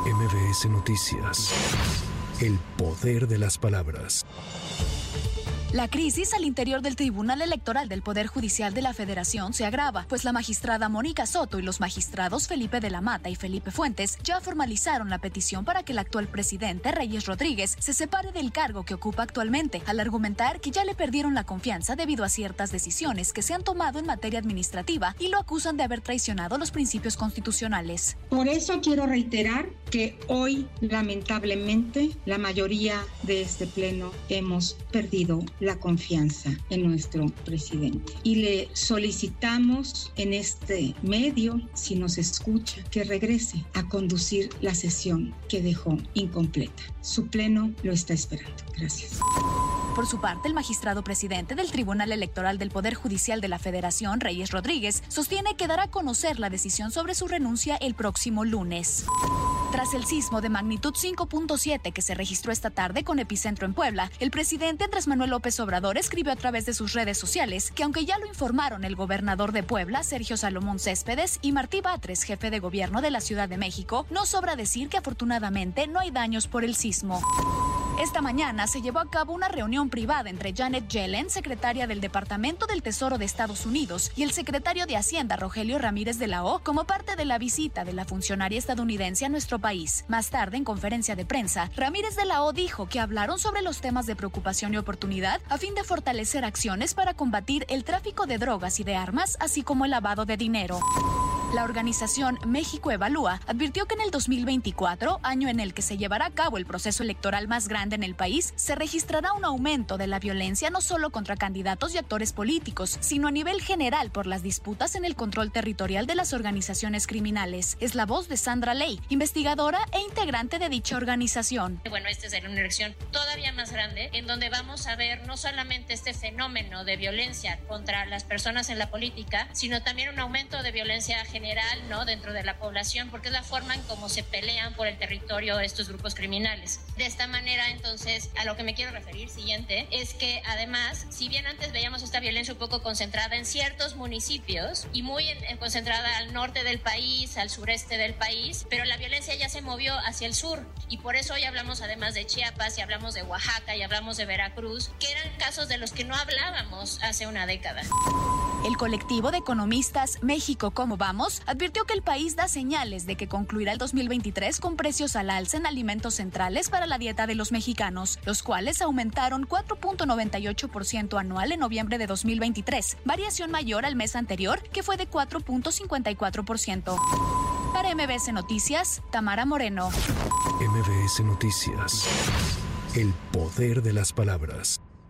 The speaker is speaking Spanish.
MBS Noticias. El poder de las palabras. La crisis al interior del Tribunal Electoral del Poder Judicial de la Federación se agrava, pues la magistrada Mónica Soto y los magistrados Felipe de la Mata y Felipe Fuentes ya formalizaron la petición para que el actual presidente, Reyes Rodríguez, se separe del cargo que ocupa actualmente, al argumentar que ya le perdieron la confianza debido a ciertas decisiones que se han tomado en materia administrativa y lo acusan de haber traicionado los principios constitucionales. Por eso quiero reiterar que hoy, lamentablemente, la mayoría de este pleno hemos perdido la confianza en nuestro presidente. Y le solicitamos en este medio, si nos escucha, que regrese a conducir la sesión que dejó incompleta. Su pleno lo está esperando. Gracias. Por su parte, el magistrado presidente del Tribunal Electoral del Poder Judicial de la Federación, Reyes Rodríguez, sostiene que dará a conocer la decisión sobre su renuncia el próximo lunes. Tras el sismo de magnitud 5.7 que se registró esta tarde con epicentro en Puebla, el presidente Andrés Manuel López Obrador escribió a través de sus redes sociales que aunque ya lo informaron el gobernador de Puebla, Sergio Salomón Céspedes, y Martí Batres, jefe de gobierno de la Ciudad de México, no sobra decir que afortunadamente no hay daños por el sismo. Esta mañana se llevó a cabo una reunión privada entre Janet Yellen, secretaria del Departamento del Tesoro de Estados Unidos, y el secretario de Hacienda, Rogelio Ramírez de la O, como parte de la visita de la funcionaria estadounidense a nuestro país. Más tarde, en conferencia de prensa, Ramírez de la O dijo que hablaron sobre los temas de preocupación y oportunidad a fin de fortalecer acciones para combatir el tráfico de drogas y de armas, así como el lavado de dinero. La organización México Evalúa advirtió que en el 2024, año en el que se llevará a cabo el proceso electoral más grande en el país, se registrará un aumento de la violencia no solo contra candidatos y actores políticos, sino a nivel general por las disputas en el control territorial de las organizaciones criminales. Es la voz de Sandra Ley, investigadora e integrante de dicha organización. Bueno, esta es una elección todavía más grande, en donde vamos a ver no solamente este fenómeno de violencia contra las personas en la política, sino también un aumento de violencia general, ¿no?, dentro de la población, porque es la forma en cómo se pelean por el territorio estos grupos criminales. De esta manera, entonces, a lo que me quiero referir siguiente, es que además, si bien antes veíamos esta violencia un poco concentrada en ciertos municipios y muy concentrada al norte del país, al sureste del país, pero la violencia ya se movió hacia el sur, y por eso hoy hablamos además de Chiapas, y hablamos de Oaxaca, y hablamos de Veracruz, que eran casos de los que no hablábamos hace una década. El colectivo de economistas México ¿Cómo vamos? Advirtió que el país da señales de que concluirá el 2023 con precios al alza en alimentos centrales para la dieta de los mexicanos, los cuales aumentaron 4.98% anual en noviembre de 2023, variación mayor al mes anterior, que fue de 4.54%. Para MBS Noticias, Tamara Moreno. MBS Noticias. El poder de las palabras.